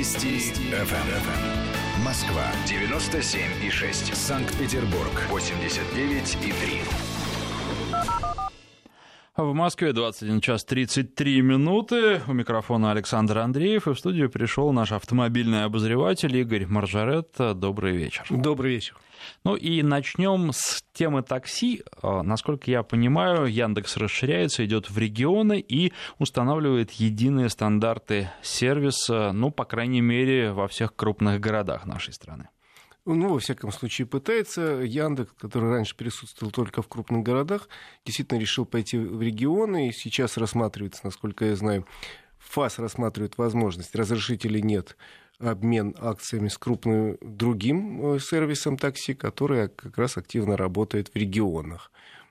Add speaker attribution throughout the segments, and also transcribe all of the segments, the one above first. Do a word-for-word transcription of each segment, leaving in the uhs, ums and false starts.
Speaker 1: Вести эф эм. Москва девяносто семь и шесть. Санкт-Петербург восемьдесят девять и три.
Speaker 2: В Москве двадцать один час тридцать три минуты. У микрофона Александр Андреев. И в студию пришел наш автомобильный обозреватель Игорь Маржарет. Добрый вечер.
Speaker 3: Добрый вечер.
Speaker 2: Ну и начнем с темы такси. Насколько я понимаю, Яндекс расширяется, идет в регионы и устанавливает единые стандарты сервиса, ну, по крайней мере, во всех крупных городах нашей страны.
Speaker 3: Ну, во всяком случае, пытается. Яндекс, который раньше присутствовал только в крупных городах, действительно решил пойти в регионы, и сейчас рассматривается, насколько я знаю, ФАС рассматривает возможность, разрешить или нет обмен акциями с крупным другим сервисом такси, который как раз активно работает в регионах,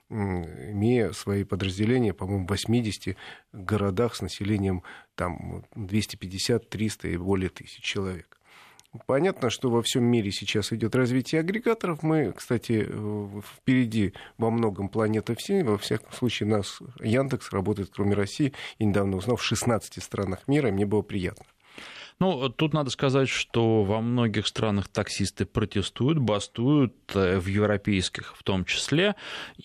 Speaker 3: имея свои подразделения, по-моему, в восьмидесяти городах с населением там, двести пятьдесят - триста и более тысяч человек. Понятно, что во всем мире сейчас идет развитие агрегаторов. Мы, кстати, впереди во многом планеты всей. Во всяком случае, нас Яндекс работает, кроме России, я недавно узнал, в шестнадцати странах мира, и мне было приятно.
Speaker 2: Ну, тут надо сказать, что во многих странах таксисты протестуют, бастуют, в европейских в том числе.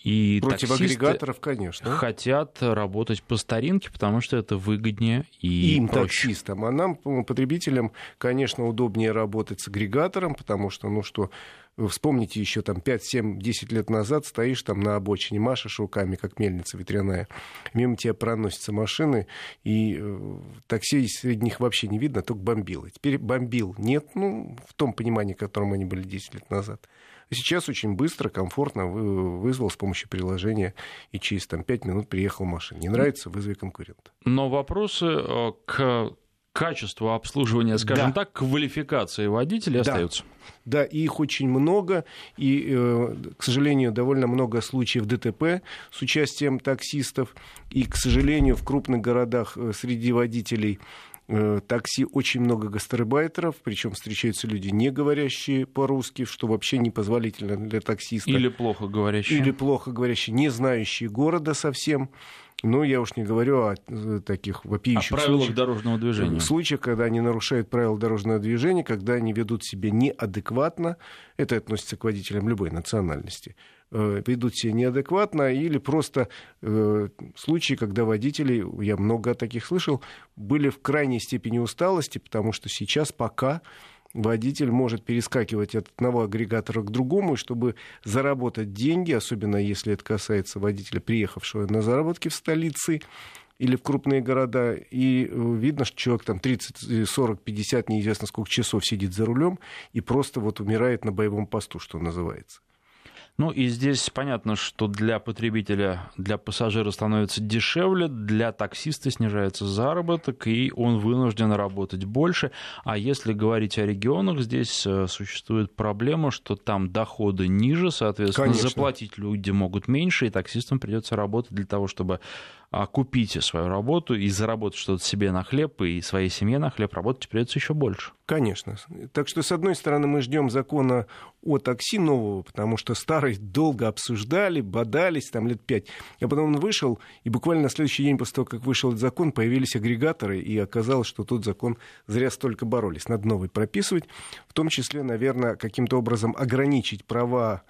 Speaker 2: И
Speaker 3: против агрегаторов, конечно.
Speaker 2: Хотят работать по старинке, потому что это выгоднее и
Speaker 3: им,
Speaker 2: проще.
Speaker 3: Таксистам. А нам, потребителям, конечно, удобнее работать с агрегатором, потому что, ну что... Вспомните, еще там пять, семь, десять лет назад стоишь там на обочине, машешь руками, как мельница ветряная. Мимо тебя проносятся машины, и э, такси среди них вообще не видно, только бомбило. Теперь бомбил нет, ну, в том понимании, в котором они были десять лет назад. А сейчас очень быстро, комфортно вызвал с помощью приложения, и через там, пять минут приехал машина. Не нравится — вызови конкурента.
Speaker 2: Но вопросы к... качество обслуживания, скажем да. так, квалификации водителей да. остаются.
Speaker 3: Да, и их очень много, и, к сожалению, довольно много случаев ДТП с участием таксистов, и, к сожалению, в крупных городах среди водителей такси очень много гастарбайтеров, причем встречаются люди, не говорящие по-русски, что вообще непозволительно для таксиста.
Speaker 2: Или плохо говорящие.
Speaker 3: Или плохо говорящие, не знающие города совсем. Ну, я уж не говорю о таких вопиющих
Speaker 2: о правилах
Speaker 3: случаях,
Speaker 2: дорожного движения.
Speaker 3: В случаях, когда они нарушают правила дорожного движения, когда они ведут себя неадекватно, это относится к водителям любой национальности, ведут себя неадекватно, или просто э, случаи, когда водители, я много таких слышал, были в крайней степени усталости, потому что сейчас пока водитель может перескакивать от одного агрегатора к другому, и чтобы заработать деньги, особенно если это касается водителя, приехавшего на заработки в столице или в крупные города, и видно, что человек там тридцать, сорок, пятьдесят, неизвестно сколько часов сидит за рулем и просто вот умирает на боевом посту, что называется.
Speaker 2: Ну и здесь понятно, что для потребителя, для пассажира становится дешевле, для таксиста снижается заработок, и он вынужден работать больше. А если говорить о регионах, здесь существует проблема, что там доходы ниже, соответственно, Конечно. заплатить люди могут меньше, и таксистам придется работать для того, чтобы окупить свою работу и заработать что-то себе на хлеб, и своей семье на хлеб, работать придется еще больше.
Speaker 3: Конечно. Так что, с одной стороны, мы ждем закона о такси нового, потому что старый долго обсуждали, бодались, там лет пять. А потом он вышел, и буквально на следующий день после того, как вышел этот закон, появились агрегаторы, и оказалось, что тот закон зря столько боролись. Надо новый прописывать, в том числе, наверное, каким-то образом ограничить права,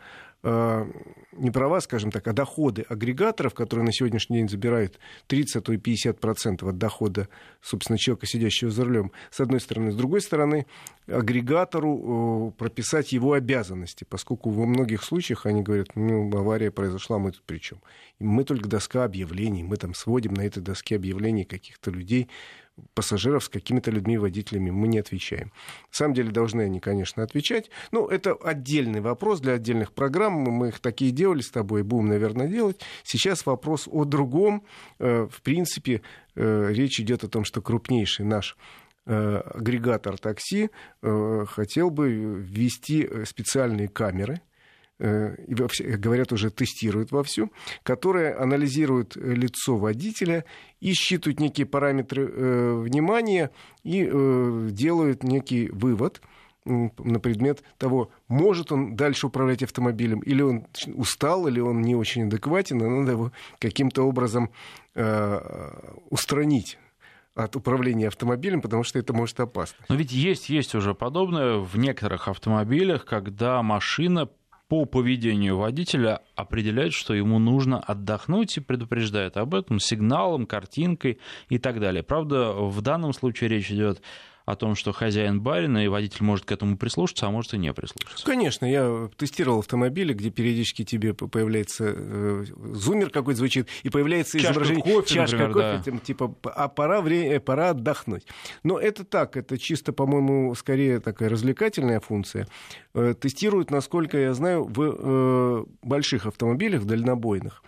Speaker 3: не права, скажем так, а доходы агрегаторов, которые на сегодняшний день забирают тридцать, а то и пятьдесят процентов от дохода, собственно, человека, сидящего за рулем, с одной стороны. С другой стороны, агрегатору прописать его обязанности, поскольку во многих случаях они говорят, ну, авария произошла, мы тут при чем? Мы только доска объявлений, мы там сводим на этой доске объявлений каких-то людей, пассажиров с какими-то людьми, водителями, мы не отвечаем. На самом деле должны они, конечно, отвечать. Ну, это отдельный вопрос для отдельных программ. Мы их такие делали с тобой, будем, наверное, делать. Сейчас вопрос о другом. В принципе, речь идет о том, что крупнейший наш агрегатор такси хотел бы ввести специальные камеры, и, говорят, уже тестируют вовсю, которые анализируют лицо водителя и считывают некие параметры э, внимания и э, делают некий вывод э, на предмет того, может он дальше управлять автомобилем, или он устал, или он не очень адекватен, и надо его каким-то образом э, устранить от управления автомобилем, потому что это может опасно.
Speaker 2: Но ведь есть, есть уже подобное в некоторых автомобилях, когда машина по поведению водителя определяет, что ему нужно отдохнуть, и предупреждает об этом сигналом, картинкой и так далее. Правда, в данном случае речь идет о том, что хозяин барин, и водитель может к этому прислушаться, а может и не прислушаться.
Speaker 3: Конечно, я тестировал автомобили, где периодически тебе появляется э, зуммер какой-то звучит, и появляется
Speaker 2: чашка
Speaker 3: изображение
Speaker 2: кофе,
Speaker 3: чашка
Speaker 2: например,
Speaker 3: кофе,
Speaker 2: да.
Speaker 3: типа, а пора, время, пора отдохнуть. Но это так, это чисто, по-моему, скорее такая развлекательная функция. Э, тестируют, насколько я знаю, в э, больших автомобилях, дальнобойных,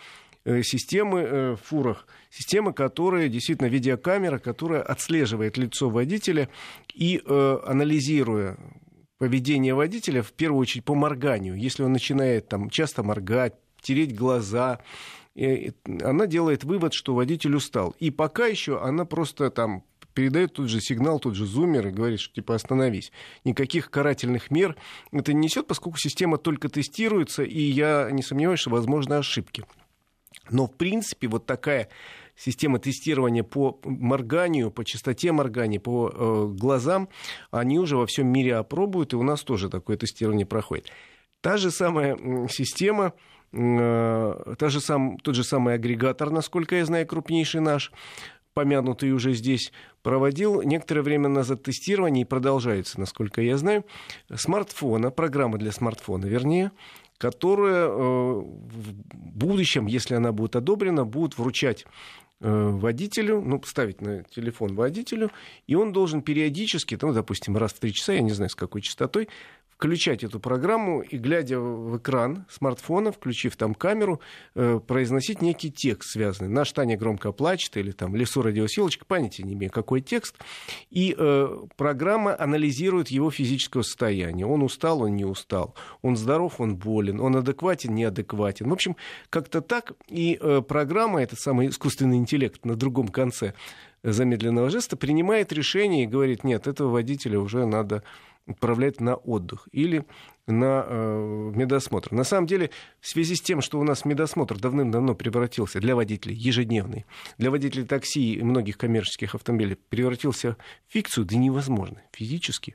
Speaker 3: системы в фурах, системы, которые действительно видеокамера, которая отслеживает лицо водителя и, анализируя поведение водителя, в первую очередь по морганию, если он начинает там часто моргать, тереть глаза, она делает вывод, что водитель устал. И пока еще она просто там передает тут же сигнал, тут же зуммер и говорит, что типа остановись. Никаких карательных мер это не несет, поскольку система только тестируется, и я не сомневаюсь, что возможны ошибки. Но, в принципе, вот такая система тестирования по морганию, по частоте моргания, по э, глазам, они уже во всем мире опробуют, и у нас тоже такое тестирование проходит. Та же самая система, э, та же сам, тот же самый агрегатор, насколько я знаю, крупнейший наш, помянутый уже здесь, проводил некоторое время назад тестирование, и продолжается, насколько я знаю, смартфона, программа для смартфона, вернее, которая в будущем, если она будет одобрена, будет вручать водителю, ну, ставить на телефон водителю, и он должен периодически, ну, допустим, раз в три часа, я не знаю, с какой частотой, включать эту программу и, глядя в экран смартфона, включив там камеру, э, произносить некий текст связанный. «Наш Таня громко плачет» или там «Лесу радиосилочка», понятия не имею, какой текст. И э, программа анализирует его физическое состояние. Он устал, он не устал. Он здоров, он болен. Он адекватен, неадекватен. В общем, как-то так. И э, программа, этот самый искусственный интеллект на другом конце замедленного жеста, принимает решение и говорит: нет, этого водителя уже надо отправлять на отдых или на э, медосмотр. На самом деле, в связи с тем, что у нас медосмотр давным-давно превратился для водителей ежедневный, для водителей такси и многих коммерческих автомобилей превратился в фикцию, да невозможно физически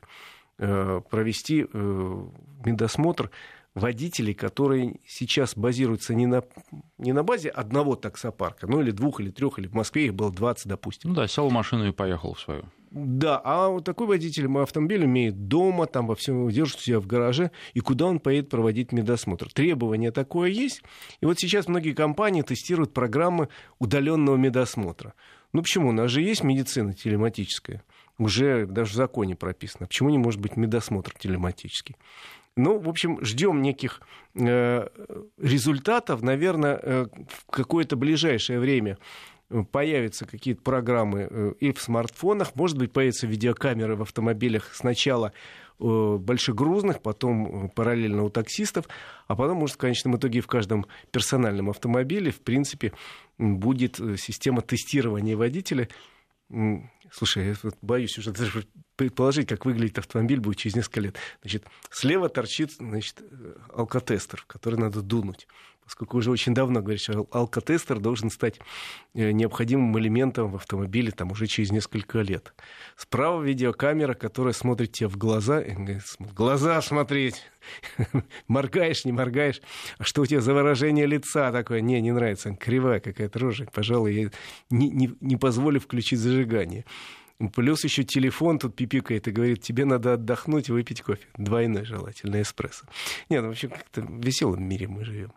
Speaker 3: э, провести э, медосмотр водителей, которые сейчас базируются не на, не на базе одного таксопарка, ну или двух, или трех, или в Москве их было двадцать, допустим.
Speaker 2: Ну да, сел в машину и поехал в свою.
Speaker 3: Да, а вот такой водитель автомобиля имеет дома, там во всем держит себя в гараже, и куда он поедет проводить медосмотр. Требование такое есть. И вот сейчас многие компании тестируют программы удаленного медосмотра. Ну почему? У нас же есть медицина телематическая. Уже даже в законе прописано. Почему не может быть медосмотр телематический? Ну, в общем, ждем неких э, результатов. Наверное, э, в какое-то ближайшее время появятся какие-то программы э, и в смартфонах. Может быть, появятся видеокамеры в автомобилях сначала э, большегрузных, потом э, параллельно у таксистов, а потом, может, в конечном итоге в каждом персональном автомобиле, в принципе, будет система тестирования водителя. Слушай, я вот боюсь уже даже предположить, как выглядит автомобиль будет через несколько лет. Значит, слева торчит, значит, алкотестер, в который надо дунуть. Поскольку уже очень давно говорят, что алкотестер должен стать необходимым элементом в автомобиле там, уже через несколько лет. Справа видеокамера, которая смотрит тебе в глаза. В глаза смотреть. Моргаешь, не моргаешь. А что у тебя за выражение лица такое? Не, не нравится. Кривая какая-то рожа. Пожалуй, я не, не, не позволю включить зажигание. Плюс еще телефон тут пипикает и говорит: тебе надо отдохнуть и выпить кофе. Двойной желательно, эспрессо. Нет, ну, в общем, как-то в веселом мире мы живем.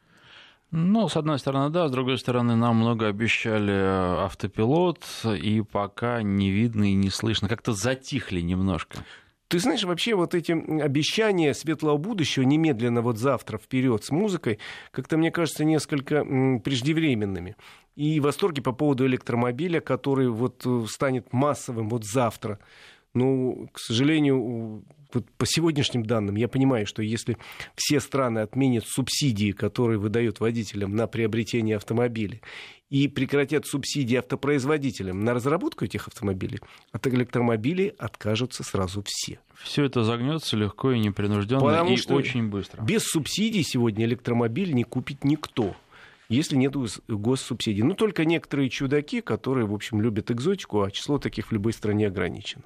Speaker 2: Ну, с одной стороны, да, с другой стороны, нам много обещали автопилот, и пока не видно и не слышно. Как-то затихли немножко.
Speaker 3: Ты знаешь, вообще вот эти обещания светлого будущего немедленно вот завтра вперед с музыкой, как-то, мне кажется, несколько преждевременными. И восторги по поводу электромобиля, который вот станет массовым вот завтра. Ну, к сожалению, вот по сегодняшним данным, я понимаю, что если все страны отменят субсидии, которые выдают водителям на приобретение автомобилей, и прекратят субсидии автопроизводителям на разработку этих автомобилей, от электромобилей откажутся сразу все.
Speaker 2: Все это загнется легко и непринужденно, и очень быстро.
Speaker 3: Без субсидий сегодня электромобиль не купит никто. если нет госсубсидий. Но только некоторые чудаки, которые, в общем, любят экзотику, а число таких в любой стране ограничено.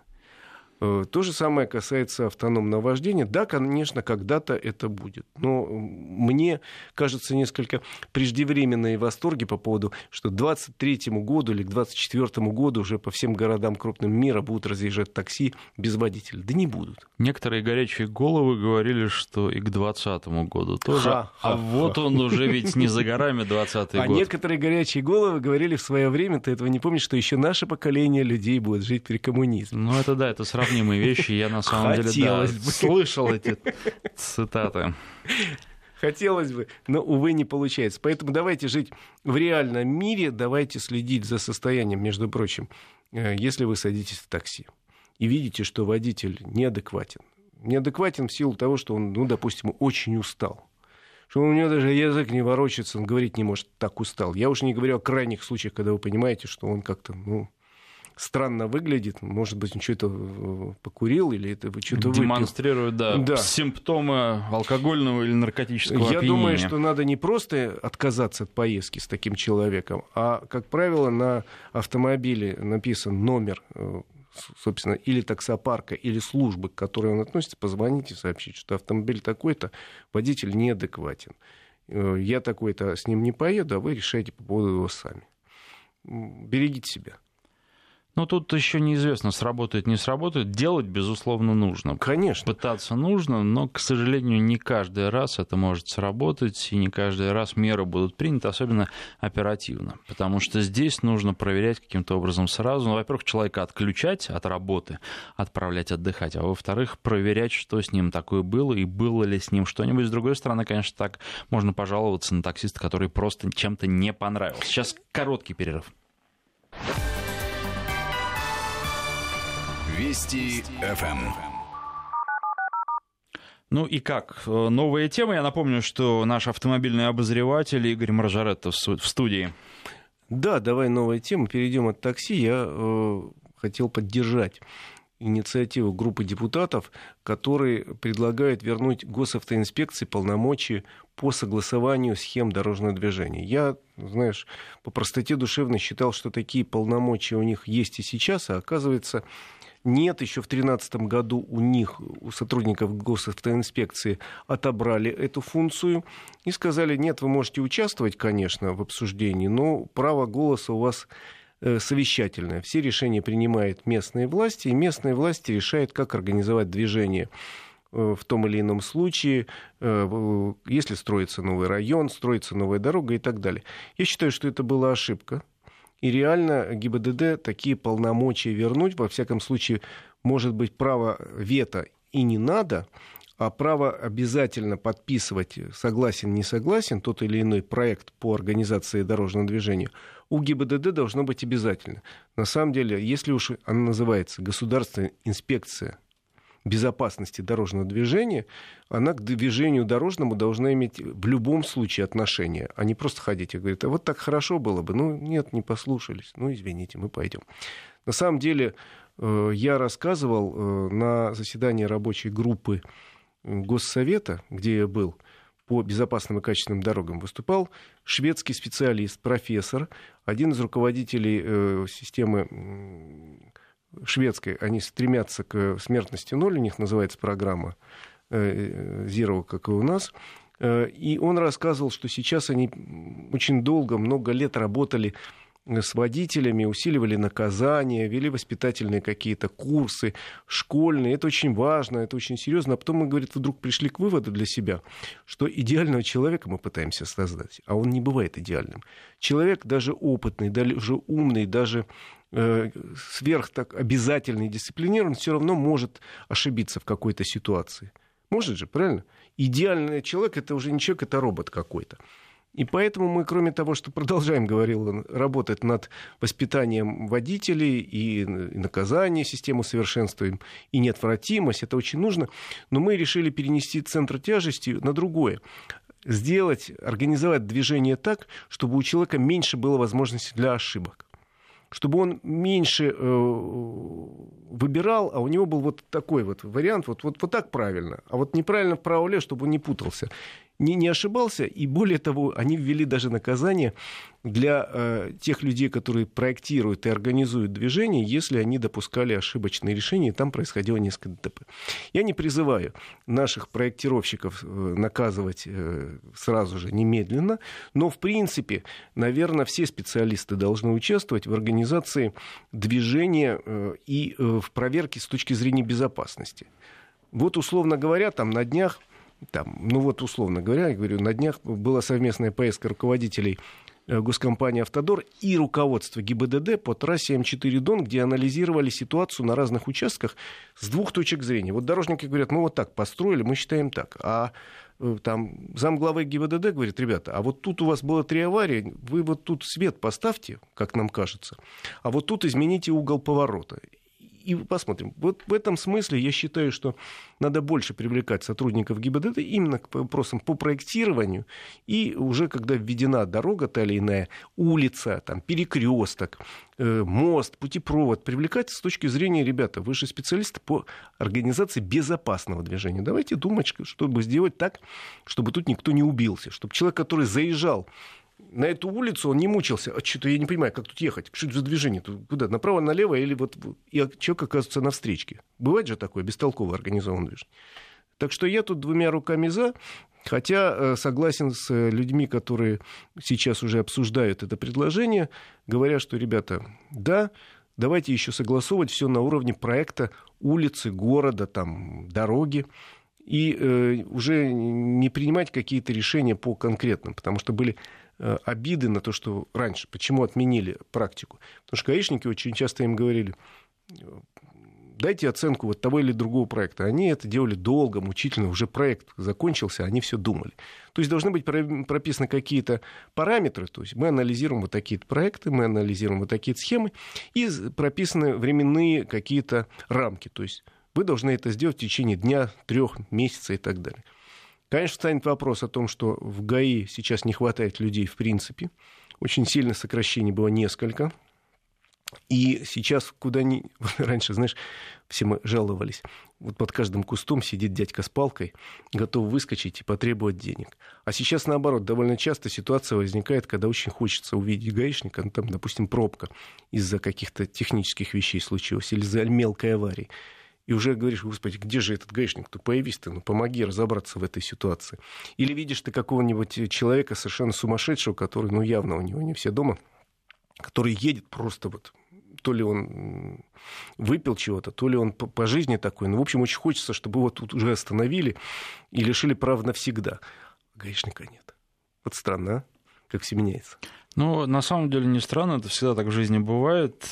Speaker 3: То же самое касается автономного вождения. Да, конечно, когда-то это будет. Но мне кажется несколько преждевременные восторги по поводу, что к двадцать третьему году или к двадцать четвёртому году уже по всем городам крупным мира будут разъезжать такси без водителя. Да не будут.
Speaker 2: Некоторые горячие головы говорили, что и к двадцатому году тоже.
Speaker 3: Ха,
Speaker 2: а
Speaker 3: ха,
Speaker 2: вот
Speaker 3: ха.
Speaker 2: он уже ведь не за горами, двадцатый
Speaker 3: а
Speaker 2: год.
Speaker 3: А некоторые горячие головы говорили в свое время, ты этого не помнишь, что еще наше поколение людей будет жить при коммунизме.
Speaker 2: Ну, это да, это сравнение вещи, я на самом
Speaker 3: Хотелось
Speaker 2: деле да,
Speaker 3: бы.
Speaker 2: слышал эти цитаты.
Speaker 3: Хотелось бы, но, увы, не получается. Поэтому давайте жить в реальном мире, давайте следить за состоянием, между прочим, если вы садитесь в такси и видите, что водитель неадекватен. Неадекватен в силу того, что он, ну, допустим, очень устал. Что у него даже язык не ворочается, он говорить не может, так устал. Я уж не говорю о крайних случаях, когда вы понимаете, что он как-то, ну... странно выглядит, может быть, он что-то покурил или это что-то выпил.
Speaker 2: Демонстрирует, да, да, симптомы алкогольного или наркотического
Speaker 3: Я
Speaker 2: опьянения.
Speaker 3: думаю, что надо не просто отказаться от поездки с таким человеком, а, как правило, на автомобиле написан номер, собственно, или таксопарка, или службы, к которой он относится, позвонить и сообщить, что автомобиль такой-то, водитель неадекватен. Я такой-то с ним не поеду, а вы решаете по поводу его сами. Берегите себя.
Speaker 2: Ну, тут еще неизвестно, сработает, не сработает. Делать, безусловно, нужно.
Speaker 3: Конечно.
Speaker 2: Пытаться нужно, но, к сожалению, не каждый раз это может сработать, и не каждый раз меры будут приняты, особенно оперативно. Потому что здесь нужно проверять каким-то образом сразу. Ну, во-первых, человека отключать от работы, отправлять отдыхать, а во-вторых, проверять, что с ним такое было, и было ли с ним что-нибудь. С другой стороны, конечно, так можно пожаловаться на таксиста, который просто чем-то не понравился. Сейчас короткий перерыв.
Speaker 1: Вести эф эм.
Speaker 2: Ну и как? Новая тема. Я напомню, что наш автомобильный обозреватель Игорь Маржаретто в студии.
Speaker 3: Да, давай новая тема. Перейдем от такси. Я э, хотел поддержать инициативу группы депутатов, которые предлагают вернуть госавтоинспекции полномочия по согласованию схем дорожного движения. Я, знаешь, по простоте душевной считал, что такие полномочия у них есть и сейчас, а оказывается... Нет, еще в две тысячи тринадцатом году у них, у сотрудников госавтоинспекции, отобрали эту функцию и сказали, нет, вы можете участвовать, конечно, в обсуждении, но право голоса у вас совещательное. Все решения принимают местные власти, и местные власти решают, как организовать движение в том или ином случае, если строится новый район, строится новая дорога и так далее. Я считаю, что это была ошибка. И реально ГИБДД такие полномочия вернуть, во всяком случае, может быть, право вето и не надо, а право обязательно подписывать согласен, не согласен, тот или иной проект по организации дорожного движения, у ГИБДД должно быть обязательно. На самом деле, если уж она называется Государственная инспекция безопасности дорожного движения, она к движению дорожному должна иметь в любом случае отношение, а не просто ходить и говорить, а вот так хорошо было бы. Ну, нет, не послушались. Ну, извините, мы пойдем. На самом деле, я рассказывал на заседании рабочей группы Госсовета, где я был, по безопасным и качественным дорогам выступал шведский специалист, профессор, один из руководителей системы шведской, они стремятся к смертности ноль, у них называется программа Zero, как и у нас. И он рассказывал, что сейчас они очень долго, много лет работали с водителями, усиливали наказания, вели воспитательные какие-то курсы, школьные. Это очень важно, это очень серьезно. А потом мы, говорит, вдруг пришли к выводу для себя, что идеального человека мы пытаемся создать, а он не бывает идеальным. Человек даже опытный, даже умный, даже сверх так обязательный, дисциплинированный, все равно может ошибиться в какой-то ситуации. Может же, правильно? Идеальный человек — это уже не человек, это робот какой-то. И поэтому мы, кроме того, что продолжаем, говорил он, работать над воспитанием водителей и наказанием, систему совершенствуем, и неотвратимость, это очень нужно, но мы решили перенести центр тяжести на другое. Сделать, организовать движение так, чтобы у человека меньше было возможностей для ошибок. Чтобы он меньше э, выбирал, а у него был вот такой вот вариант, вот, вот, вот так правильно, а вот неправильно вправо-влево, чтобы он не путался. не, не ошибался. И более того, они ввели даже наказание для э, тех людей, которые проектируют и организуют движение, если они допускали ошибочные решения, и там происходило несколько ДТП. Я не призываю наших проектировщиков э, наказывать э, сразу же, немедленно, но, в принципе, наверное, все специалисты должны участвовать в организации движения э, и э, в проверке с точки зрения безопасности. Вот, условно говоря, там на днях, там, ну вот, условно говоря, я говорю, на днях была совместная поездка руководителей госкомпании «Автодор» и руководства ГИБДД по трассе эм четыре Дон, где анализировали ситуацию на разных участках с двух точек зрения. Вот дорожники говорят, мы вот так построили, мы считаем так. А там замглавы ГИБДД говорит, ребята, а вот тут у вас было три аварии, вы вот тут свет поставьте, как нам кажется, а вот тут измените угол поворота. И посмотрим. Вот в этом смысле я считаю, что надо больше привлекать сотрудников ГИБДД именно к вопросам по проектированию. И уже когда введена дорога та или иная, улица, там, перекресток, э, мост, путепровод, привлекать с точки зрения, ребята, вы же специалисты по организации безопасного движения. Давайте думать, чтобы сделать так, чтобы тут никто не убился. Чтобы человек, который заезжал на эту улицу, он не мучился. А что-то я не понимаю, как тут ехать? Что это за движение? Куда? Направо, налево? Или вот... И человек оказывается на встречке. Бывает же такое бестолково организованное движение. Так что я тут двумя руками за. Хотя согласен с людьми, которые сейчас уже обсуждают это предложение, говоря, что, ребята, да, давайте еще согласовывать все на уровне проекта улицы, города, там, дороги. И э, уже не принимать какие-то решения по конкретным. Потому что были обиды на то, что раньше, почему отменили практику. Потому что гаишники очень часто им говорили, дайте оценку вот того или другого проекта. Они это делали долго, мучительно, уже проект закончился, они все думали. То есть должны быть прописаны какие-то параметры, то есть мы анализируем вот такие-то проекты, мы анализируем вот такие схемы, и прописаны временные какие-то рамки. То есть вы должны это сделать в течение дня, трех месяцев и так далее. Конечно, станет вопрос о том, что в ГАИ сейчас не хватает людей в принципе. Очень сильное сокращение было несколько. И сейчас куда ни... Раньше, знаешь, все мы жаловались. Вот под каждым кустом сидит дядька с палкой, готов выскочить и потребовать денег. А сейчас, наоборот, довольно часто ситуация возникает, когда очень хочется увидеть гаишника, ну, там, допустим, пробка из-за каких-то технических вещей случилась или из-за мелкой аварии. И уже говоришь, господи, где же этот гаишник? Ну, появись ты, ну, помоги разобраться в этой ситуации. Или видишь ты какого-нибудь человека совершенно сумасшедшего, который, ну, явно у него не все дома, который едет просто вот, то ли он выпил чего-то, то ли он по, по жизни такой. Ну, в общем, очень хочется, чтобы его тут уже остановили и лишили права навсегда. Гаишника нет. Вот странно, а? Как все меняется.
Speaker 2: Ну, на самом деле, не странно, это всегда так в жизни бывает.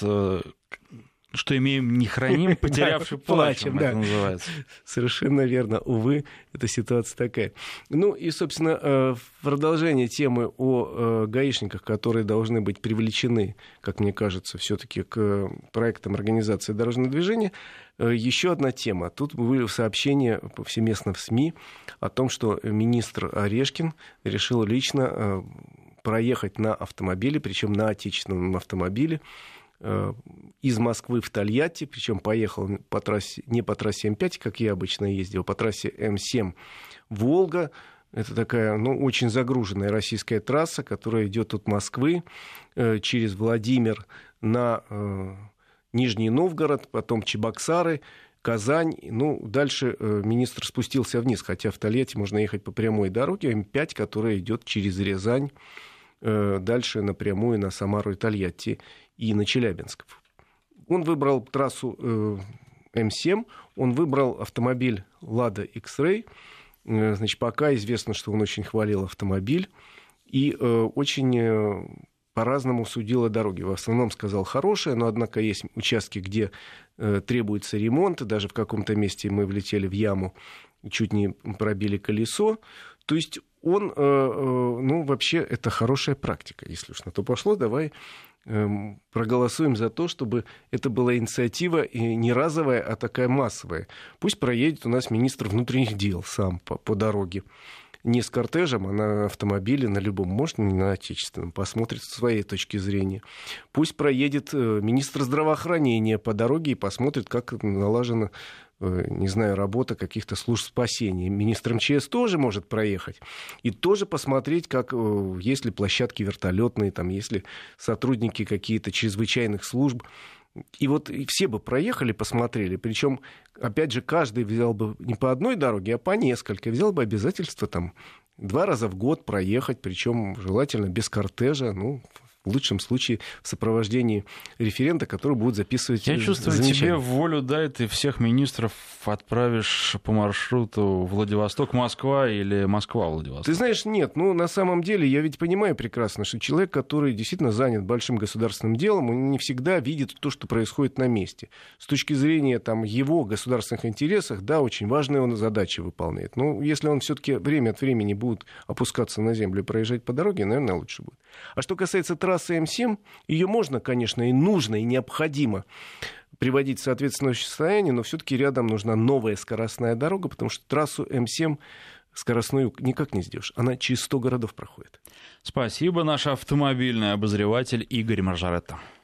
Speaker 2: Что имеем, не храним, потерявший плачем, это называется.
Speaker 3: Совершенно верно. Увы, эта ситуация такая. Ну и, собственно, в продолжение темы о гаишниках, которые должны быть привлечены, как мне кажется, все-таки к проектам организации дорожного движения, еще одна тема. Тут были сообщения повсеместно в СМИ о том, что министр Орешкин решил лично проехать на автомобиле, причем на отечественном автомобиле, из Москвы в Тольятти, причем поехал по трассе, не по трассе эм пять, как я обычно ездил, по трассе эм семь Волга. Это такая, ну, очень загруженная российская трасса, которая идет от Москвы э, через Владимир на э, Нижний Новгород, потом Чебоксары, Казань. Ну, дальше э, министр спустился вниз, хотя в Тольятти можно ехать по прямой дороге эм пять, которая идет через Рязань, э, дальше напрямую на Самару и Тольятти и на Челябинск. Он выбрал трассу э, эм семь, он выбрал автомобиль Lada X-Ray. Э, значит, пока известно, что он очень хвалил автомобиль и э, очень э, по-разному судил о дороге. В основном сказал хорошая, но, однако, есть участки, где э, требуется ремонт, и даже в каком-то месте мы влетели в яму, чуть не пробили колесо. То есть он, э, э, ну, вообще, это хорошая практика. Если уж на то пошло, давай проголосуем за то, чтобы это была инициатива не разовая, а такая массовая. Пусть проедет у нас министр внутренних дел сам по, по дороге. Не с кортежем, а на автомобиле, на любом, можно не на отечественном, посмотрит с своей точки зрения. Пусть проедет министр здравоохранения по дороге и посмотрит, как налажено не знаю, работа каких-то служб спасения. Министр МЧС тоже может проехать и тоже посмотреть, как, есть ли площадки вертолетные, там, есть ли сотрудники какие-то чрезвычайных служб. И вот все бы проехали, посмотрели, причем, опять же, каждый взял бы не по одной дороге, а по несколько, взял бы обязательство там два раза в год проехать, причем желательно без кортежа, ну, в лучшем случае в сопровождении референта, который будет записывать
Speaker 2: Я чувствую, тебе волю дай, ты всех министров отправишь по маршруту Владивосток-Москва или Москва-Владивосток.
Speaker 3: Ты знаешь, нет, ну, на самом деле, я ведь понимаю прекрасно, что человек, который действительно занят большим государственным делом, он не всегда видит то, что происходит на месте. С точки зрения там, его государственных интересов, да, очень важные он задачи выполняет. Но если он все-таки время от времени будет опускаться на землю и проезжать по дороге, наверное, лучше будет. А что касается трассы Эм семь, ее можно, конечно, и нужно, и необходимо приводить в соответственное состояние, но все-таки рядом нужна новая скоростная дорога, потому что трассу Эм семь скоростную никак не сделаешь. Она через сто городов проходит.
Speaker 2: Спасибо, наш автомобильный обозреватель Игорь Маржаретто.